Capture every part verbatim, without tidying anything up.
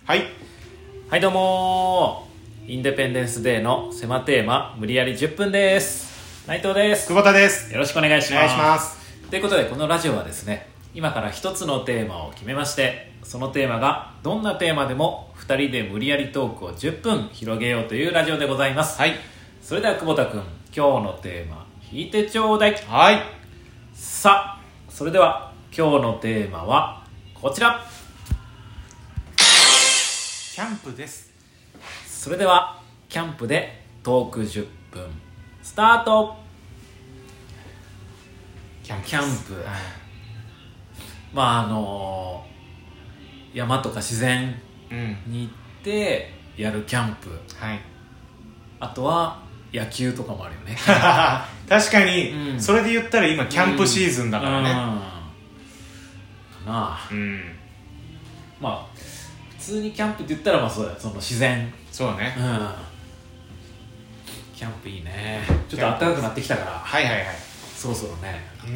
はいはいどうもー、インデペンデンスデーの狭テーマ無理やりじゅっぷんです。内藤です。 久保田です。 よろしくお願いします。 お願いします。 ということでこのラジオはですね、今から一つのテーマを決めまして、そのテーマがどんなテーマでもふたりで無理やりトークをじゅっぷん広げようというラジオでございます。 はい。 それでは久保田くん、今日のテーマ引いてちょうだい。 はい。 さあ、それでは今日のテーマはこちら。 キャンプです。 それではキャンプでトークじゅっぷんスタート。 キャンプキャンプまああのー、山とか自然に行ってやるキャンプ、 はい。 あとは野球とかもあるよね確かに、 うん、 それで言ったら今キャンプシーズンだからね。 うんうん、かなあ、 うん、 まあ普通にキャンプって言ったらまあそうだよ、その自然。 そうね、 うん、キャンプいいね。ちょっと暖かくなってきたから、 はいはいはい、 そろそろね。 うん、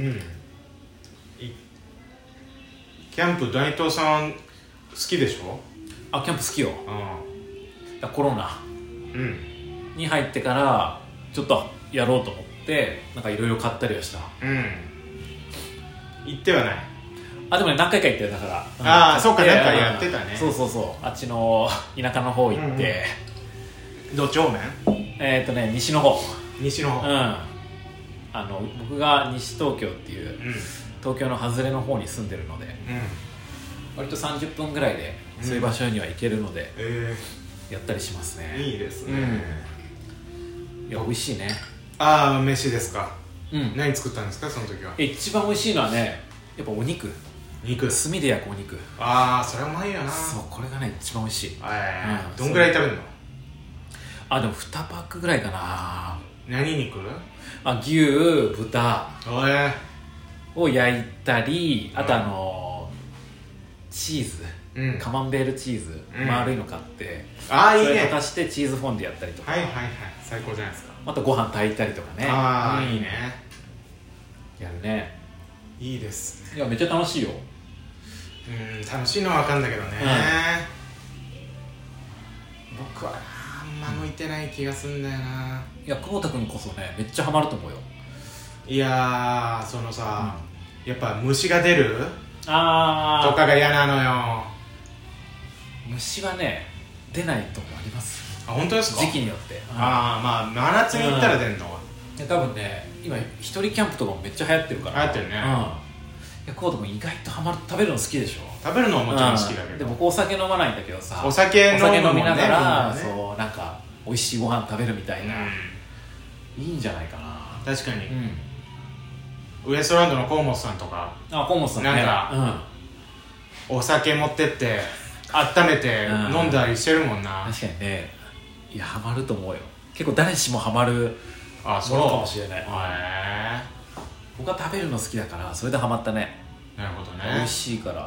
キャンプ内藤さん好きでしょ？ あ、キャンプ好きよ。 うだコロナん、うん、 に入ってからちょっとやろうと思ってなんかいろいろ買ったりはした。 うん、行ってはない。 あ、でもね、何回か行ってだから。 ああ、そうか、なんかやってたね。 そうそうそう、あっちの田舎の方行って、 うん、ど丁面？ えっとね、西の方。 西の方。 うん。あの僕が西東京っていう、 うん、 東京の外れの方に住んでるので、 うん、 割とさんじゅっぷんぐらいでそういう場所には行けるので、 うん、えやったりしますね。 ー、いいですね。 うん、いや、美味しいね。 ああ、飯ですか。 うん。 何作ったんですか、その時は。 一番美味しいのはね、やっぱお肉。 肉。 炭で焼くお肉。 ああ、それはうまいよな。 そう、これがね一番美味しい。 えーうん、 どんぐらい食べるの？ あ、でもにパックぐらいかな。 何肉？ あ、牛、豚おえを焼いたり、あとあのー、チーズ、 うん、 カマンベールチーズ、 うん、 丸いの買ってああ、いいね、 それ溶かしてチーズフォンデュやったりとか。 はいはいはい、最高じゃないですか。 またご飯炊いたりとかね。 ああ、 うん、 いいね、 やるね。 いいですね。 いや、めっちゃ楽しいよ。 うん、楽しいのは分かんだけどね、うん、僕はあんま向いてない気がすんだよな。 いや、久保田君こそねめっちゃハマると思うよ。 いやー、そのさ、うん、やっぱ虫が出るあとかが嫌なのよ。 虫はね出ないとこあります。 あ、本当ですか？ 時期によって、うん、 ああ、まあ真夏に行ったら出んの、 うん、多分ね今一人キャンプとかもめっちゃ流行ってるから。 流行ってるね、 うん。久保田君意外とハマる。食べるの好きでしょ？ 食べるのはもちろん好きだけど、 で僕お酒飲まないんだけどさ、 お酒飲むもんね、 お酒飲みながら、 ね、 そうなんか美味しいご飯食べるみたいな、 うん、 いいんじゃないかな。 確かに、 うん、 ウエストランドの河本さんとか、 あ、河本さんね、 なんか、うん、お酒持ってって温めて飲んだりしてるもんな、 うん、確かにね。いや、ハマると思うよ。結構誰しもハマるものかもしれない。へえ。 僕は食べるの好きだからそれでハマったね。 なるほどね。 美味しいから、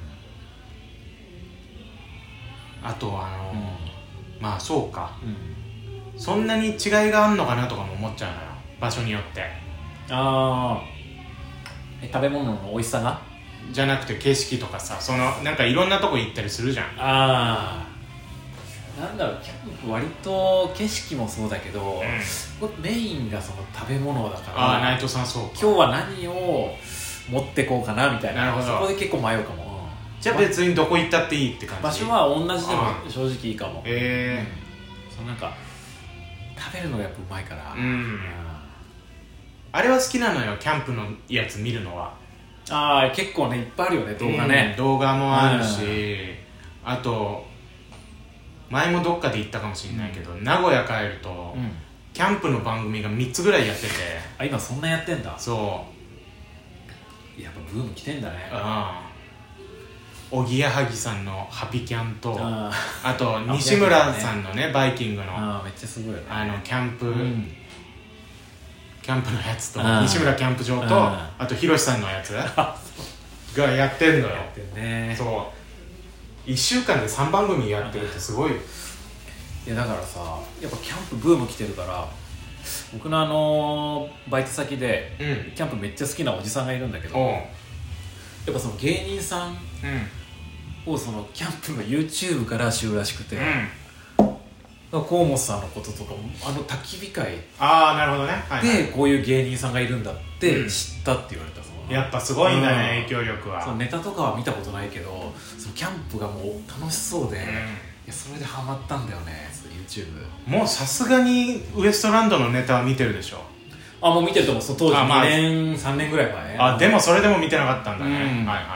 うん、あとあの、うん、まあそうか、うん、そんなに違いがあんのかなとかも思っちゃうのよ、場所によって。 ああ、食べ物の美味しさがじゃなくて景色とかさ、そのなんかいろんなとこ行ったりするじゃん。 ああ、なんだろう、キャンプ割と景色もそうだけど、うん、メインがその食べ物だから。 ああ、内藤さんそうか。 今日は何を持ってこうかなみたいな。 なるほど。 そこで結構迷うかも、うん、 じゃあ別にどこ行ったっていいって感じ。 場所は同じでも正直いいかも。 ええー、うん、そのなんか食べるのがやっぱうまいから、 うんうん、あれは好きなのよ、キャンプのやつ見るのは。 ああ、結構ねいっぱいあるよね、動画ね、 うん、動画もあるし、うん、あと前もどっかで言ったかもしれないけど、うん、名古屋帰ると、うん、キャンプの番組がみっつぐらいやってて。 あ、今そんなやってんだ。 そう、 やっぱブーム来てんだね。 おぎやはぎさんのハピキャンと、 あ, あと西村さんのねバイキングの、 あ、めっちゃすごいよね、 あのキャンプ、うん、キャンプのやつと西村キャンプ場と、あとひろしさんのやつがやってんのよ。 やってんね。 そういっしゅうかんでさんばんぐみやってるってすごい。 いやだからさ、やっぱキャンプブーム来てるから、僕のあのー、バイト先で、うん、キャンプめっちゃ好きなおじさんがいるんだけど、やっぱその芸人さん構そのキャンプの YouTube から知るらしくて、 うん河本さんのこととかもあの焚き火会ああなるほどね、はいはい、 でこういう芸人さんがいるんだって知ったって言われた、そのやっぱすごいんだね、うん、影響力は。 そのネタとかは見たことないけどそのキャンプがもう楽しそうで、うん、いやそれでハマったんだよね YouTube。 もうさすがにウエストランドのネタは見てるでしょ。あもう見てると思う。その当時にねん、さんねんぐらい前。 あでもそれでも見てなかったんだね、うん、はいはいはい。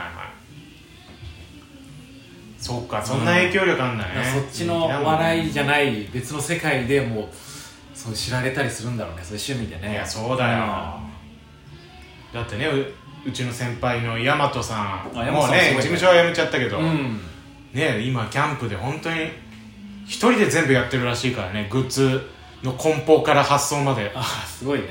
そうか、そんな影響力あんだね、 うん、そっちの笑いじゃない別の世界でもうそう知られたりするんだろうね、そういう趣味でね。 いやそうだよ、うん、だってね う, うちの先輩の大和さんもうね事務所は辞めちゃったけど、うん、ね今キャンプで本当に一人で全部やってるらしいからね、グッズの梱包から発送まで。 あすごいね、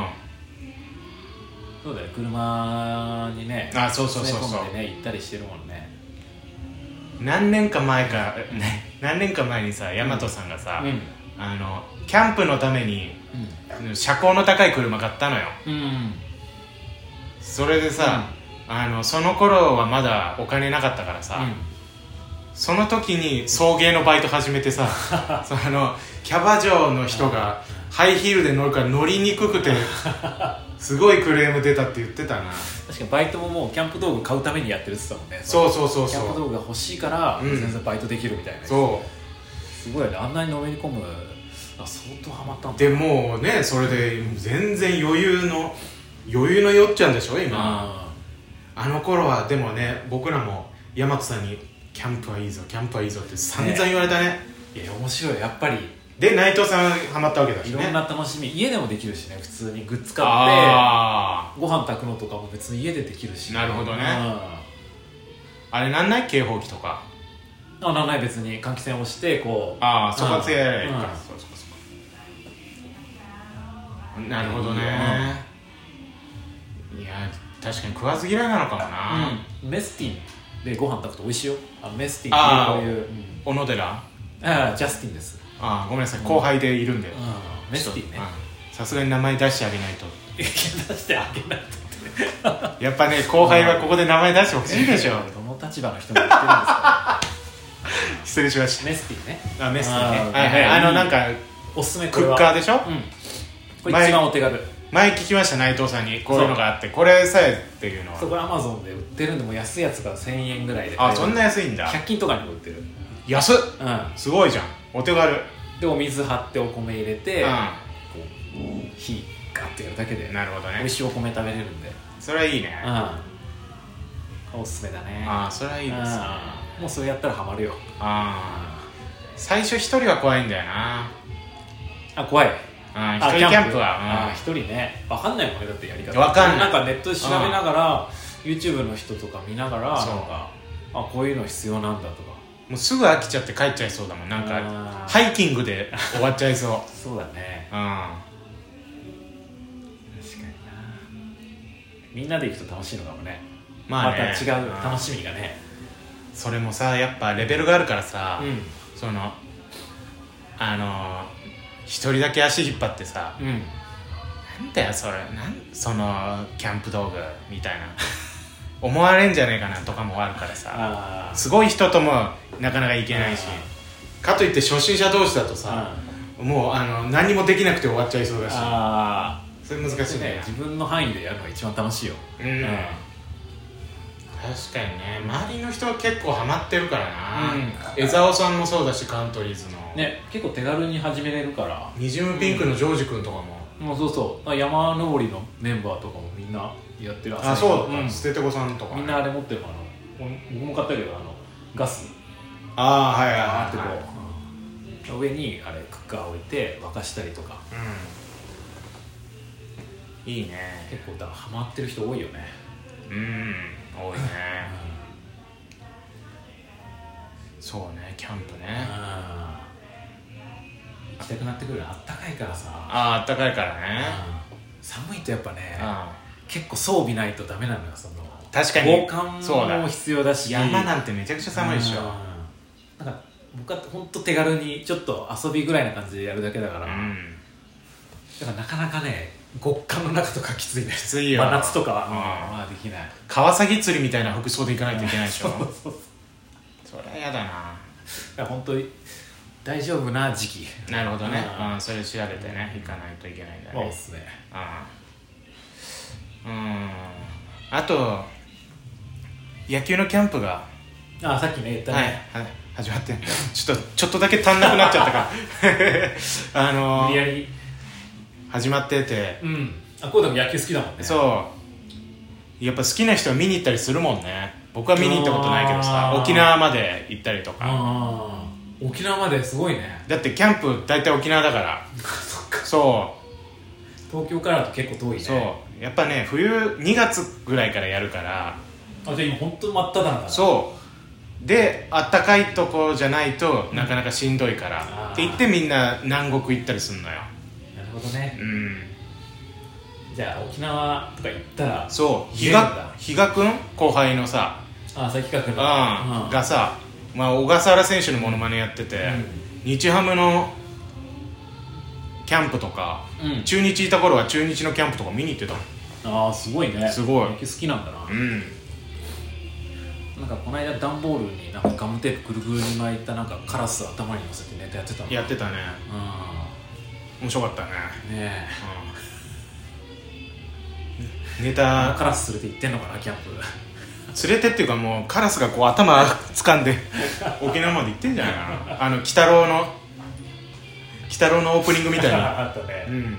うん、そうだよ、車にねあそうそうそうそう詰め込んでね行ったりしてるもんね。 何年か前か、ね、何年か前にさ大和さんがさ、うん、あのキャンプのために、うん、車高の高い車買ったのよ、うん、それでさ、うん、あのその頃はまだお金なかったからさ、うん、その時に送迎のバイト始めてさそのあのキャバ嬢の人がハイヒールで乗るから乗りにくくてすごいクレーム出たって言ってたな。 確かにバイトももうキャンプ道具買うためにやってるって言ってたもんね。 そうそうそうそう、 キャンプ道具が欲しいから全然バイトできるみたいな、うん、そうすごいよね、あんなにのめり込む。あ相当ハマったんだ。 でもうねそれで全然余裕の余裕のよっちゃんでしょ今。あの頃はでもね僕らも大和さんにキャンプはいいぞキャンプはいいぞって散々言われたね。ねいや面白いやっぱり。 で内藤さんハマったわけだしね。 いろんな楽しみ家でもできるしね、普通にグッズ買ってご飯炊くのとかも別に家でできるし。 なるほどね。あれなんない警報器とかあなんない別に換気扇をしてこうああそこはつやられるか、うん、そうそうそうなるほどね、うん、いや確かに食わず嫌いなのかもな、 うん、メスティンでご飯炊くと美味しいよ。あメスティンっていうこういう、うん、 小野寺ああジャスティンです。 あごめんなさい、後輩でいるんで、うん、 メスティンね。 さすがに名前出してあげないと。 出してあげないとってやっぱね後輩はここで名前出してほしいでしょ。 どの立場の人が言ってるんですか失礼しました。 メスティンね。 あメスティンね、はいはい、あのなんかおすすめクッカーでしょ、うん、 これ一番お手軽。 前聞きました内藤さんにこういうのがあってこれさえっていうのは。 そうこれアマゾンで売ってるんでも安いやつがせんえんぐらいで。 あそんな安いんだ。 ひゃく均とかにも売ってる。 安っ、うん、すごいじゃんお手軽でお水張ってお米入れて、うん、こう火ガッてやるだけでなるほどね美味しいお米食べれるんでそれはいいね、 うん、おすすめだね。 ああそれはいいですね。 もうそれやったらハマるよ。 ああ最初一人は怖いんだよな。 あ怖い。 あ一人キャンプはあ一人ね分かんないもんねだってやり方分かんない。 なんかネットで調べながら YouTube の人とか見ながらそうなんかあこういうの必要なんだとかもうすぐ飽きちゃって帰っちゃいそうだもん。なんかハイキングで終わっちゃいそうそうだね。うん確かにな。みんなで行くと楽しいのかもね。まあねまた違う楽しみがね。 それもさやっぱレベルがあるからさ、うん、そのあの一人だけ足引っ張ってさ、うん、なんだよそれなんそのキャンプ道具みたいな思われんじゃねえかなとかもあるからさすごい人ともなかなかいけないしかといって初心者同士だとさもうあの何もできなくて終わっちゃいそうだしあそれ難しいね。 自分の範囲でやるのが一番楽しいよ、うんうん、 確かにね周りの人は結構ハマってるからな、うん、江沢さんもそうだしカントリーズの、 ね、結構手軽に始めれるからニジムピンクのジョージ君とかも、 うん、もうそうそう山登りのメンバーとかもみんなやってる。 あそうだ、うん、捨ててこさんとか、ね、 みんなあれ持ってるかな。僕も買ったけどあのガスああはいはいはい、 はい、上にあれクッカー置いて沸かしたりとか、 うん、いいね。 結構だハマってる人多いよね。 うん多いね、うん、そうねキャンプね行きたくなってくる。あったかいからさ。 ああったかいからね、 うん、寒いとやっぱね結構装備ないとダメなのよ。その確かに防寒も必要だし山なんてめちゃくちゃ寒いでしょ、うん、 なんか僕はほんと手軽にちょっと遊びぐらいな感じでやるだけだから、うん、だからなかなかね極寒の中とかきついね。きついよ。 真夏とかは、うん、まあできない。 川崎釣りみたいな服装で行かないといけないでしょ。そうそうそうそりゃやだな。 だから本当に大丈夫な時期。 なるほどね。 うんうん、それ調べてね行かないといけないんだね。 そうっすね。 うん、うんあと野球のキャンプがあさっきね言ったね、 はい、はい、始まってちょっとちょっとだけ足んなくなっちゃったからあのー、 無理やり始まってて、 うん、あこうでも野球好きだもんね。 そうやっぱ好きな人は見に行ったりするもんね。僕は見に行ったことないけどさ、沖縄まで行ったりとか。 あ沖縄まですごいね。 だってキャンプ大体沖縄だからそっか。 そう東京からだと結構遠いね。 そうやっぱね冬にがつぐらいからやるから。 あじゃあ今本当真っ只中だ。 そうであったかいとこじゃないとなかなかしんどいから、うん、って言ってみんな南国行ったりすんのよ。 なるほどね。 うんじゃあ沖縄とか行ったらそう比嘉比嘉君後輩のさあさっきかくの、 うん、がさ、まあ、小笠原選手のモノマネやってて、うん、日ハムのキャンプとか、うん、中日いた頃は中日のキャンプとか見に行ってた。 ああすごいね。 すごい野球好きなんだな。 うんなんかこの間段ボールになんかガムテープぐるぐるに巻いたなんかカラス頭に乗せてネタやってたの。 やってたね。うん面白かったね。ねえ、うん、ネタカラス連れて行ってんのかなキャンプ連れてっていうかもうカラスがこう頭掴んで沖縄まで行ってんじゃないかな。あの鬼太郎の鬼太郎のオープニングみたいなあったね、 うん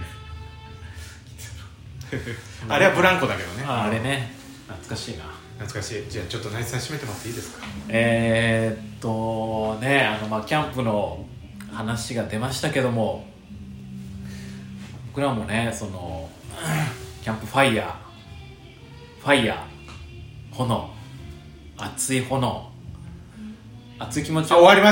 あれはブランコだけどね。 あ, あれね懐かしいな。 懐かしい。じゃあちょっとナイツさん締めてもらっていいですか。 えー、っとねあのまあキャンプの話が出ましたけども僕らもねそのキャンプファイヤーファイヤー炎熱い炎熱い気持ちを終わりました。